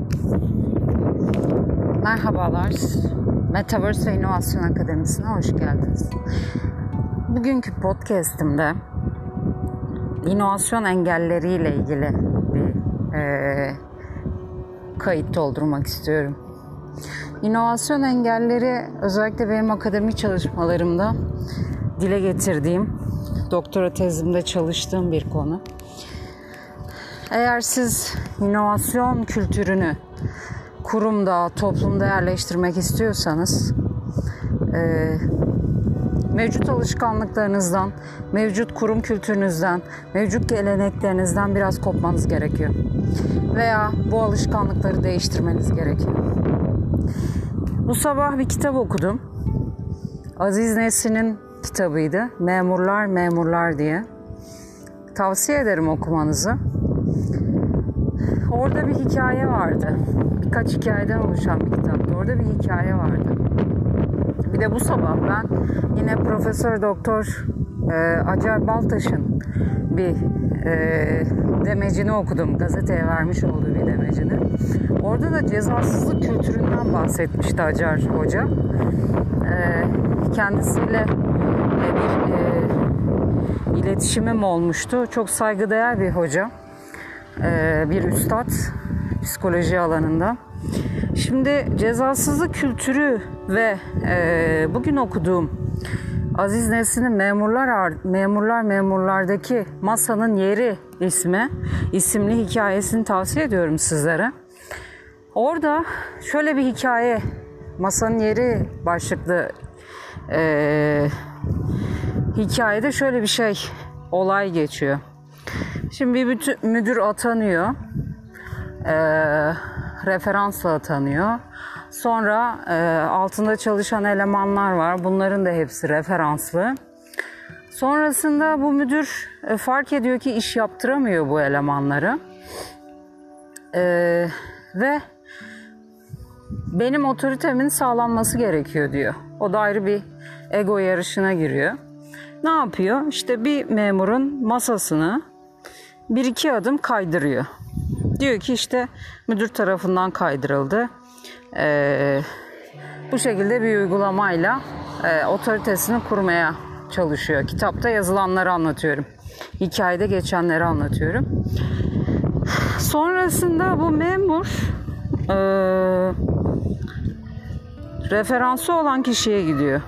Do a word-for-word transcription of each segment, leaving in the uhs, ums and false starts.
Merhabalar, Metaverse ve İnovasyon Akademisi'ne hoş geldiniz. Bugünkü podcast'imde inovasyon engelleriyle ilgili bir e, kayıt doldurmak istiyorum. İnovasyon engelleri özellikle benim akademik çalışmalarımda dile getirdiğim, doktora tezimde çalıştığım bir konu. Eğer siz inovasyon kültürünü kurumda, toplumda yerleştirmek istiyorsanız e, mevcut alışkanlıklarınızdan, mevcut kurum kültürünüzden, mevcut geleneklerinizden biraz kopmanız gerekiyor. Veya bu alışkanlıkları değiştirmeniz gerekiyor. Bu sabah bir kitap okudum. Aziz Nesin'in kitabıydı. Memurlar, Memurlar diye. Tavsiye ederim okumanızı. Orada bir hikaye vardı. Birkaç hikayeden oluşan bir kitaptı. Orada bir hikaye vardı. Bir de bu sabah ben yine Profesör Doktor e, Acar Baltaş'ın bir e, demecini okudum. Gazeteye vermiş olduğu bir demecini. Orada da cezasızlık kültüründen bahsetmişti Acar Hoca. E, kendisiyle e, bir e, iletişimim olmuştu. Çok saygıdeğer bir hoca. E, bir üstad psikoloji alanında. Şimdi cezasızlık kültürü ve e, bugün okuduğum Aziz Nesin'in Memurlar Memurlar Memurlardaki Masanın Yeri ismi isimli hikayesini tavsiye ediyorum sizlere. Orada şöyle bir hikaye, Masanın Yeri başlıklı e, hikayede şöyle bir şey, olay geçiyor. Şimdi bir müdür atanıyor. E, referansla atanıyor. Sonra e, altında çalışan elemanlar var. Bunların da hepsi referanslı. Sonrasında bu müdür e, fark ediyor ki iş yaptıramıyor bu elemanları. E, ve benim otoritemin sağlanması gerekiyor diyor. O da ayrı bir ego yarışına giriyor. Ne yapıyor? İşte bir memurun masasını bir iki adım kaydırıyor. Diyor ki işte müdür tarafından kaydırıldı. Ee, bu şekilde bir uygulamayla e, otoritesini kurmaya çalışıyor. Kitapta yazılanları anlatıyorum. Hikayede geçenleri anlatıyorum. Sonrasında bu memur e, referansı olan kişiye gidiyor.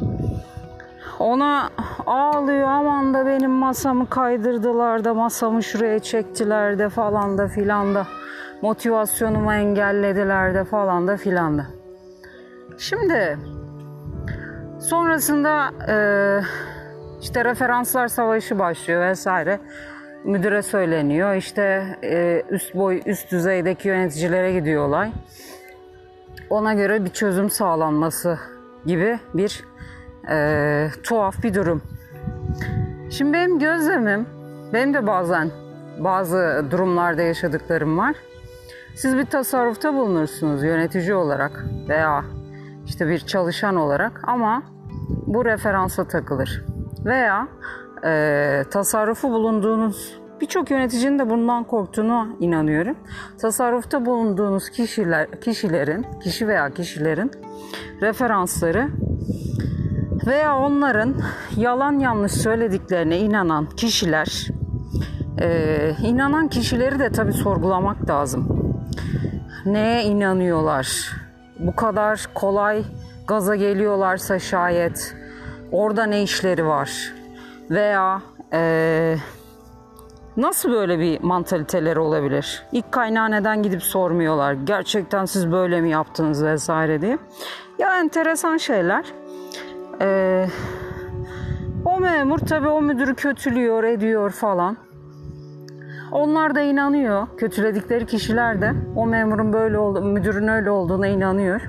Ona ağlıyor, aman da benim masamı kaydırdılar da masamı şuraya çektiler de falan da filan da motivasyonumu engellediler de falan da filan da. Şimdi sonrasında e, işte referanslar savaşı başlıyor vesaire. Müdüre söyleniyor, işte e, üst boy üst düzeydeki yöneticilere gidiyor olay. Ona göre bir çözüm sağlanması gibi bir e, tuhaf bir durum. Şimdi benim gözlemim, benim de bazen bazı durumlarda yaşadıklarım var. Siz bir tasarrufta bulunursunuz yönetici olarak veya işte bir çalışan olarak ama bu referansa takılır. Veya e, tasarrufu bulunduğunuz, birçok yöneticinin de bundan korktuğuna inanıyorum. Tasarrufta bulunduğunuz kişiler, kişilerin, kişi veya kişilerin referansları veya onların yalan yanlış söylediklerine inanan kişiler, e, inanan kişileri de tabii sorgulamak lazım. Neye inanıyorlar? Bu kadar kolay gaza geliyorlarsa şayet orada ne işleri var? Veya e, nasıl böyle bir mantaliteleri olabilir? İlk kaynağı neden gidip sormuyorlar? Gerçekten siz böyle mi yaptınız vesaire diye. Ya enteresan şeyler. Ee, o memur tabii o müdürü kötülüyor, ediyor falan. Onlar da inanıyor. Kötüledikleri kişiler de o memurun böyle olduğu, müdürün öyle olduğuna inanıyor.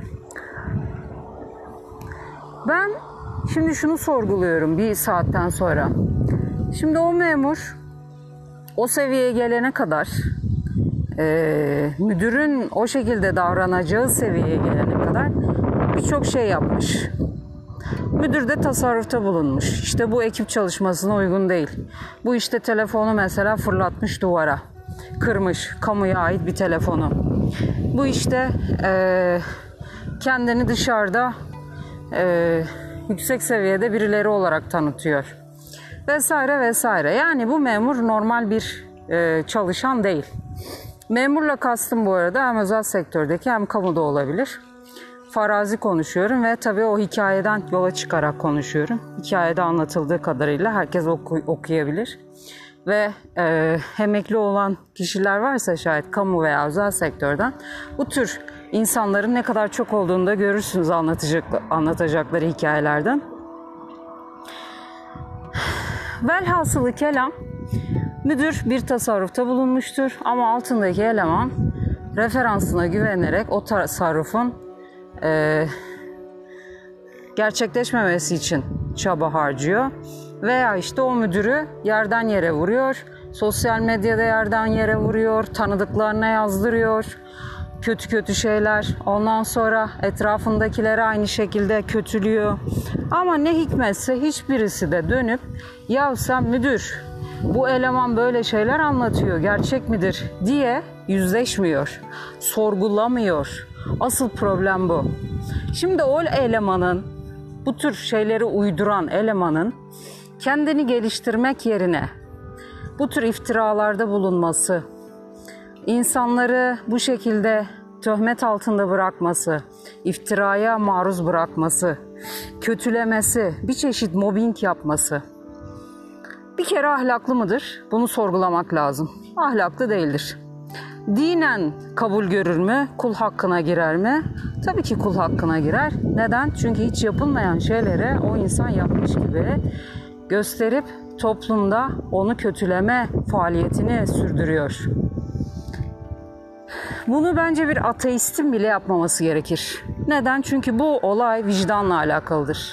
Ben şimdi şunu sorguluyorum bir saatten sonra. Şimdi o memur o seviyeye gelene kadar e, müdürün o şekilde davranacağı seviyeye gelene kadar birçok şey yapmış. Müdür de tasarrufta bulunmuş. İşte bu ekip çalışmasına uygun değil. Bu işte telefonu mesela fırlatmış duvara. Kırmış kamuya ait bir telefonu. Bu işte e, kendini dışarıda e, yüksek seviyede birileri olarak tanıtıyor. Vesaire vesaire. Yani bu memur normal bir e, çalışan değil. Memurla kastım bu arada hem özel sektördeki hem kamuda olabilir. Farazi konuşuyorum ve tabii o hikayeden yola çıkarak konuşuyorum. Hikayede anlatıldığı kadarıyla herkes oku- okuyabilir. Ve e, emekli olan kişiler varsa şayet kamu veya özel sektörden bu tür insanların ne kadar çok olduğunu da görürsünüz anlatacak, anlatacakları hikayelerden. Velhasılı kelam, müdür bir tasarrufta bulunmuştur ama altındaki eleman referansına güvenerek o tasarrufun e, gerçekleşmemesi için çaba harcıyor. Veya işte o müdürü yerden yere vuruyor, sosyal medyada yerden yere vuruyor, tanıdıklarına yazdırıyor, kötü kötü şeyler. Ondan sonra etrafındakileri aynı şekilde kötülüyor. Ama ne hikmetse hiçbirisi de dönüp ya sen müdür bu eleman böyle şeyler anlatıyor gerçek midir diye yüzleşmiyor, sorgulamıyor. Asıl problem bu. Şimdi o elemanın, bu tür şeyleri uyduran elemanın kendini geliştirmek yerine bu tür iftiralarda bulunması, insanları bu şekilde töhmet altında bırakması, iftiraya maruz bırakması, kötülemesi, bir çeşit mobbing yapması bir kere ahlaklı mıdır? Bunu sorgulamak lazım. Ahlaklı değildir. Dinen kabul görür mü? Kul hakkına girer mi? Tabii ki kul hakkına girer. Neden? Çünkü hiç yapılmayan şeyleri o insan yapmış gibi gösterip toplumda onu kötüleme faaliyetini sürdürüyor. Bunu bence bir ateistin bile yapmaması gerekir. Neden? Çünkü bu olay vicdanla alakalıdır.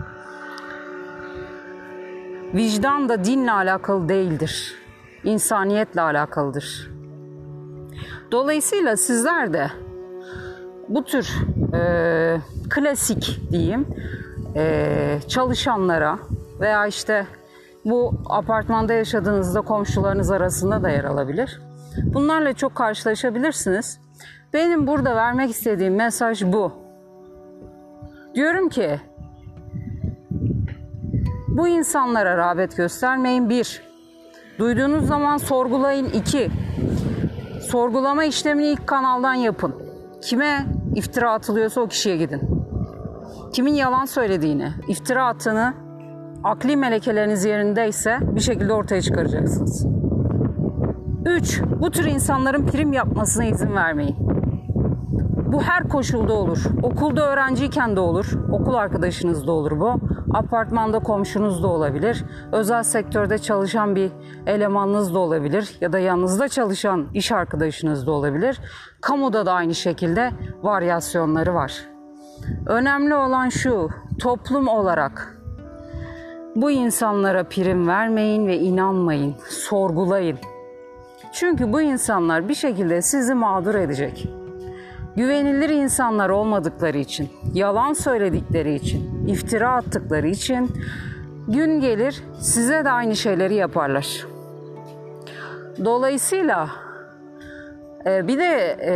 Vicdan da dinle alakalı değildir. İnsaniyetle alakalıdır. Dolayısıyla sizler de bu tür e, klasik diyeyim e, çalışanlara veya işte bu apartmanda yaşadığınızda komşularınız arasında da yer alabilir. Bunlarla çok karşılaşabilirsiniz. Benim burada vermek istediğim mesaj bu. Diyorum ki bu insanlara rağbet göstermeyin. Bir, duyduğunuz zaman sorgulayın. İki, sorgulama işlemini ilk kanaldan yapın. Kime iftira atılıyorsa o kişiye gidin. Kimin yalan söylediğini, iftira attığını, akli melekeleriniz yerindeyse bir şekilde ortaya çıkaracaksınız. Üç, bu tür insanların prim yapmasına izin vermeyin. Bu her koşulda olur. Okulda öğrenciyken de olur. Okul arkadaşınız da olur bu. Apartmanda komşunuz da olabilir. Özel sektörde çalışan bir elemanınız da olabilir. Ya da yanınızda çalışan iş arkadaşınız da olabilir. Kamuda da aynı şekilde varyasyonları var. Önemli olan şu, toplum olarak bu insanlara prim vermeyin ve inanmayın, sorgulayın. Çünkü bu insanlar bir şekilde sizi mağdur edecek. Güvenilir insanlar olmadıkları için, yalan söyledikleri için, iftira attıkları için gün gelir size de aynı şeyleri yaparlar. Dolayısıyla e, bir de e,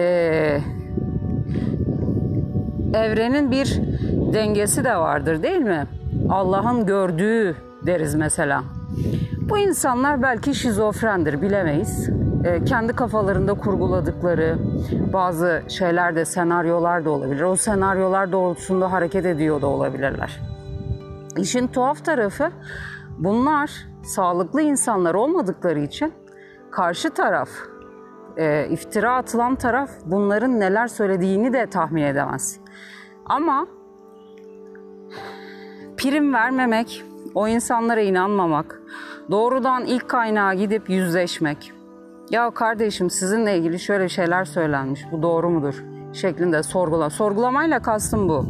evrenin bir dengesi de vardır değil mi? Allah'ın gördüğü deriz mesela. Bu insanlar belki şizofrendir, bilemeyiz. E, kendi kafalarında kurguladıkları bazı şeyler de, senaryolar da olabilir. O senaryolar doğrultusunda hareket ediyor da olabilirler. İşin tuhaf tarafı, bunlar sağlıklı insanlar olmadıkları için karşı taraf, e, iftira atılan taraf bunların neler söylediğini de tahmin edemez. Ama prim vermemek, o insanlara inanmamak, doğrudan ilk kaynağa gidip yüzleşmek. Ya kardeşim sizinle ilgili şöyle şeyler söylenmiş, bu doğru mudur? Şeklinde sorgula. Sorgulamayla kastım bu.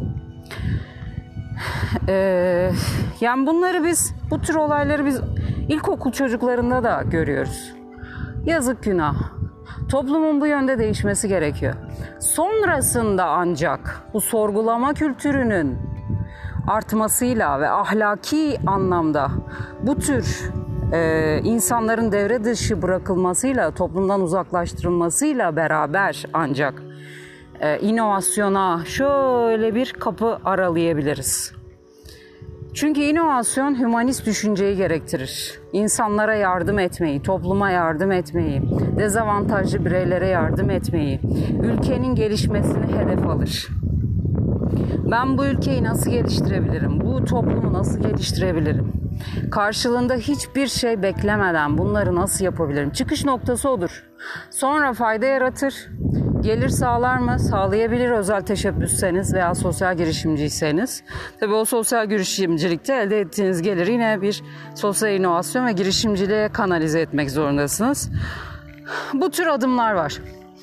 Ee, yani bunları biz, bu tür olayları biz ilkokul çocuklarında da görüyoruz. Yazık günah. Toplumun bu yönde değişmesi gerekiyor. Sonrasında ancak bu sorgulama kültürünün artmasıyla ve ahlaki anlamda bu tür e, insanların devre dışı bırakılmasıyla, toplumdan uzaklaştırılmasıyla beraber ancak e, inovasyona şöyle bir kapı aralayabiliriz. Çünkü inovasyon hümanist düşünceyi gerektirir. İnsanlara yardım etmeyi, topluma yardım etmeyi, dezavantajlı bireylere yardım etmeyi, ülkenin gelişmesini hedef alır. Ben bu ülkeyi nasıl geliştirebilirim? Bu toplumu nasıl geliştirebilirim? Karşılığında hiçbir şey beklemeden bunları nasıl yapabilirim? Çıkış noktası odur. Sonra fayda yaratır. Gelir sağlar mı? Sağlayabilir özel teşebbüsseniz veya sosyal girişimciyseniz. Tabii o sosyal girişimcilikte elde ettiğiniz geliri yine bir sosyal inovasyon ve girişimciliğe kanalize etmek zorundasınız. Bu tür adımlar var.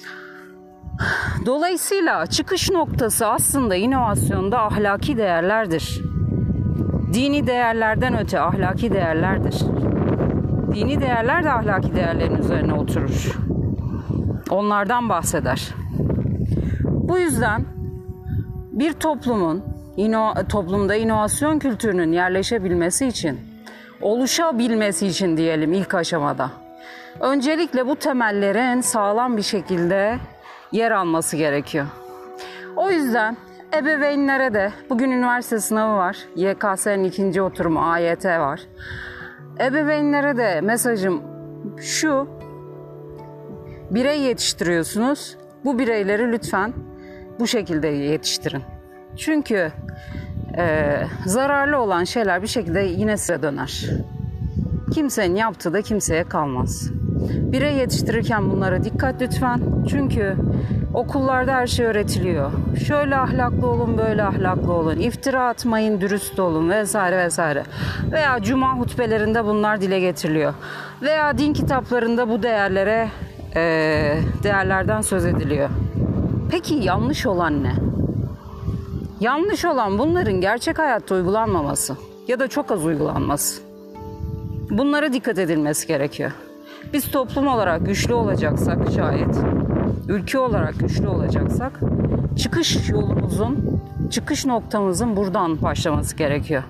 Dolayısıyla çıkış noktası aslında inovasyonda ahlaki değerlerdir. Dini değerlerden öte ahlaki değerlerdir. Dini değerler de ahlaki değerlerin üzerine oturur. Onlardan bahseder. Bu yüzden bir toplumun ino, toplumda inovasyon kültürünün yerleşebilmesi için, oluşabilmesi için diyelim ilk aşamada, öncelikle bu temellerin sağlam bir şekilde yer alması gerekiyor. O yüzden ebeveynlere de, bugün üniversite sınavı var, Y K S'nin ikinci oturumu A Y T var. Ebeveynlere de mesajım şu: birey yetiştiriyorsunuz. Bu bireyleri lütfen bu şekilde yetiştirin. Çünkü e, zararlı olan şeyler bir şekilde yine size döner. Kimsenin yaptığı da kimseye kalmaz. Birey yetiştirirken bunlara dikkat lütfen. Çünkü okullarda her şey öğretiliyor. Şöyle ahlaklı olun, böyle ahlaklı olun. İftira atmayın, dürüst olun vesaire vesaire. Veya cuma hutbelerinde bunlar dile getiriliyor. Veya din kitaplarında bu değerlere e, değerlerden söz ediliyor. Peki yanlış olan ne? Yanlış olan bunların gerçek hayatta uygulanmaması ya da çok az uygulanması. Bunlara dikkat edilmesi gerekiyor. Biz toplum olarak güçlü olacaksak şayet, ülke olarak güçlü olacaksak, çıkış yolumuzun, çıkış noktamızın buradan başlaması gerekiyor.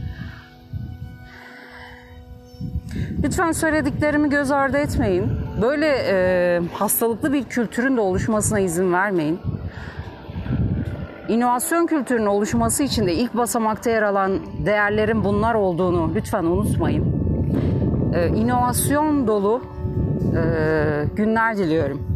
Lütfen söylediklerimi göz ardı etmeyin. Böyle e, hastalıklı bir kültürün de oluşmasına izin vermeyin. İnovasyon kültürünün oluşması için de ilk basamakta yer alan değerlerin bunlar olduğunu lütfen unutmayın. Ee, inovasyon dolu e, günler diliyorum.